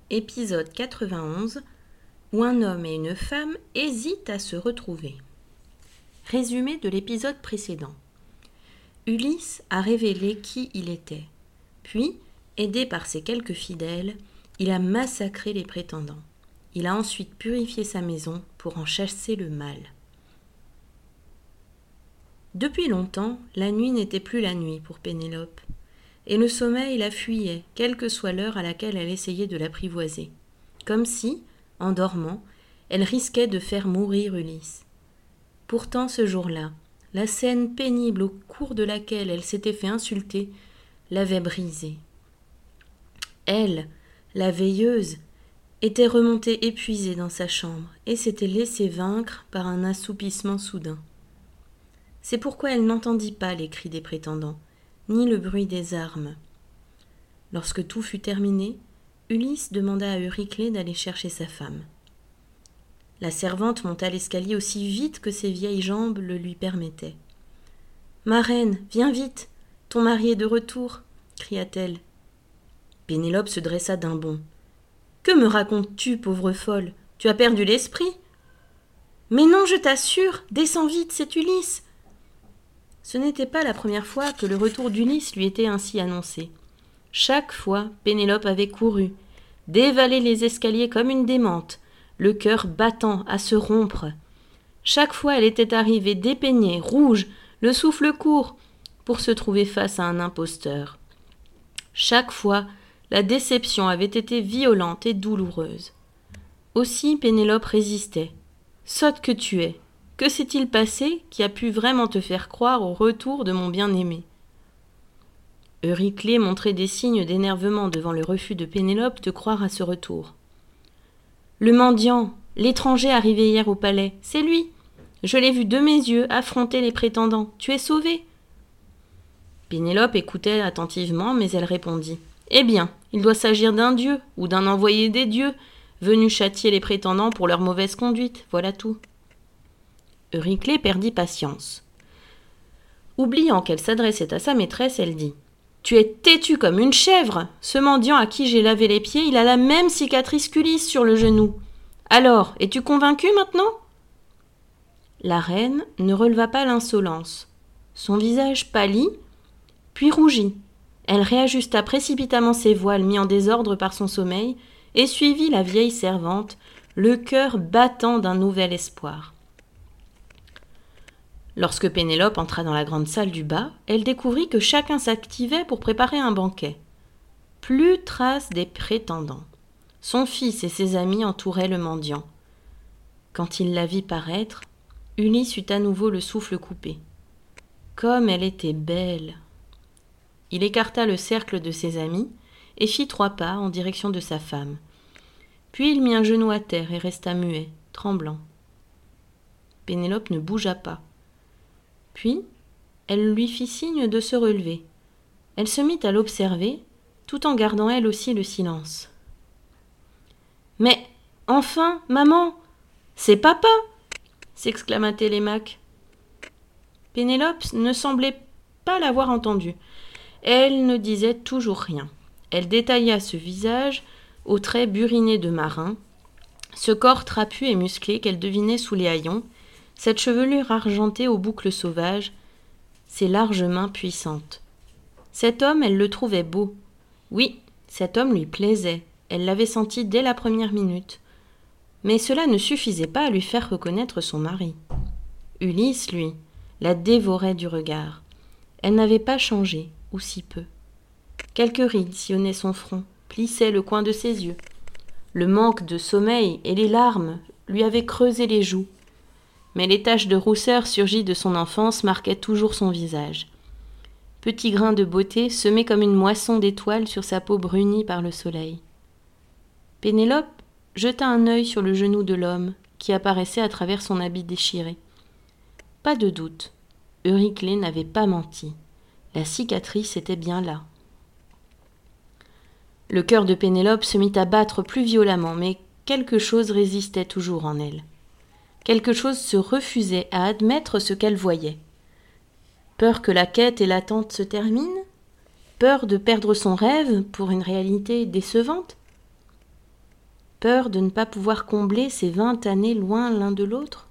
Épisode 91, où un homme et une femme hésitent à se retrouver. Résumé de l'épisode précédent. Ulysse a révélé qui il était. Puis, aidé par ses quelques fidèles, il a massacré les prétendants. Il a ensuite purifié sa maison pour en chasser le mal. Depuis longtemps, la nuit n'était plus la nuit pour Pénélope, et le sommeil la fuyait, quelle que soit l'heure à laquelle elle essayait de l'apprivoiser, comme si, en dormant, elle risquait de faire mourir Ulysse. Pourtant, ce jour-là, la scène pénible au cours de laquelle elle s'était fait insulter l'avait brisée. Elle, la veilleuse, était remontée épuisée dans sa chambre et s'était laissée vaincre par un assoupissement soudain. C'est pourquoi elle n'entendit pas les cris des prétendants, ni le bruit des armes. Lorsque tout fut terminé, Ulysse demanda à Euryclée d'aller chercher sa femme. La servante monta l'escalier aussi vite que ses vieilles jambes le lui permettaient. « Ma reine, viens vite, ton mari est de retour !» cria-t-elle. Pénélope se dressa d'un bond. « Que me racontes-tu, pauvre folle? Tu as perdu l'esprit ?»« Mais non, je t'assure, descends vite, c'est Ulysse !» Ce n'était pas la première fois que le retour d'Ulysse lui était ainsi annoncé. Chaque fois, Pénélope avait couru, dévalé les escaliers comme une démente, le cœur battant à se rompre. Chaque fois, elle était arrivée dépeignée, rouge, le souffle court, pour se trouver face à un imposteur. Chaque fois, la déception avait été violente et douloureuse. Aussi, Pénélope résistait. Sotte que tu es! Que s'est-il passé qui a pu vraiment te faire croire au retour de mon bien-aimé ? Euryclée montrait des signes d'énervement devant le refus de Pénélope de croire à ce retour. « Le mendiant, l'étranger arrivé hier au palais, c'est lui. Je l'ai vu de mes yeux affronter les prétendants. Tu es sauvé !» Pénélope écoutait attentivement, mais elle répondit. « Eh bien, il doit s'agir d'un dieu ou d'un envoyé des dieux, venu châtier les prétendants pour leur mauvaise conduite, voilà tout. » Euryclée perdit patience. Oubliant qu'elle s'adressait à sa maîtresse, elle dit « Tu es têtue comme une chèvre. Ce mendiant à qui j'ai lavé les pieds, il a la même cicatrice qu'Ulysse sur le genou. Alors, es-tu convaincue maintenant ?» La reine ne releva pas l'insolence. Son visage pâlit, puis rougit. Elle réajusta précipitamment ses voiles mis en désordre par son sommeil et suivit la vieille servante, le cœur battant d'un nouvel espoir. Lorsque Pénélope entra dans la grande salle du bas, elle découvrit que chacun s'activait pour préparer un banquet. Plus trace des prétendants. Son fils et ses amis entouraient le mendiant. Quand il la vit paraître, Ulysse eut à nouveau le souffle coupé. Comme elle était belle! Il écarta le cercle de ses amis et fit 3 pas en direction de sa femme. Puis il mit un genou à terre et resta muet, tremblant. Pénélope ne bougea pas. Puis, elle lui fit signe de se relever. Elle se mit à l'observer, tout en gardant elle aussi le silence. « Mais, enfin, maman, c'est papa !» s'exclama Télémaque. Pénélope ne semblait pas l'avoir entendu. Elle ne disait toujours rien. Elle détailla ce visage aux traits burinés de marin, ce corps trapu et musclé qu'elle devinait sous les haillons, cette chevelure argentée aux boucles sauvages, ses larges mains puissantes. Cet homme, elle le trouvait beau. Oui, cet homme lui plaisait. Elle l'avait senti dès la première minute. Mais cela ne suffisait pas à lui faire reconnaître son mari. Ulysse, lui, la dévorait du regard. Elle n'avait pas changé, ou si peu. Quelques rides sillonnaient son front, plissaient le coin de ses yeux. Le manque de sommeil et les larmes lui avaient creusé les joues. Mais les taches de rousseur surgies de son enfance marquaient toujours son visage. Petit grain de beauté semé comme une moisson d'étoiles sur sa peau brunie par le soleil. Pénélope jeta un œil sur le genou de l'homme qui apparaissait à travers son habit déchiré. Pas de doute, Euryclée n'avait pas menti. La cicatrice était bien là. Le cœur de Pénélope se mit à battre plus violemment, mais quelque chose résistait toujours en elle. Quelque chose se refusait à admettre ce qu'elle voyait. Peur que la quête et l'attente se terminent ? Peur de perdre son rêve pour une réalité décevante ? Peur de ne pas pouvoir combler ces 20 années loin l'un de l'autre?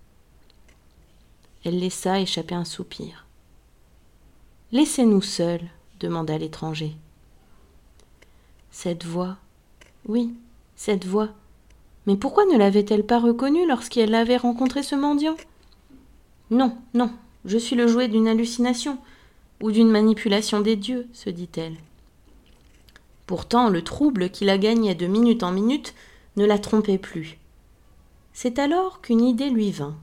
Elle laissa échapper un soupir. « Laissez-nous seuls, demanda l'étranger. Cette voix, oui, cette voix. Mais pourquoi ne l'avait-elle pas reconnue lorsqu'elle avait rencontré ce mendiant? Non, non, je suis le jouet d'une hallucination ou d'une manipulation des dieux, se dit-elle. Pourtant, le trouble qui la gagnait de minute en minute ne la trompait plus. C'est alors qu'une idée lui vint.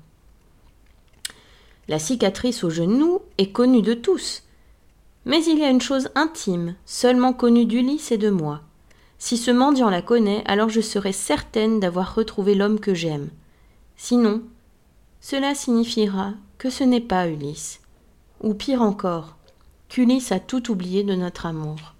La cicatrice au genou est connue de tous, mais il y a une chose intime, seulement connue d'Ulysse et de moi. Si ce mendiant la connaît, alors je serai certaine d'avoir retrouvé l'homme que j'aime. Sinon, cela signifiera que ce n'est pas Ulysse, ou pire encore, qu'Ulysse a tout oublié de notre amour.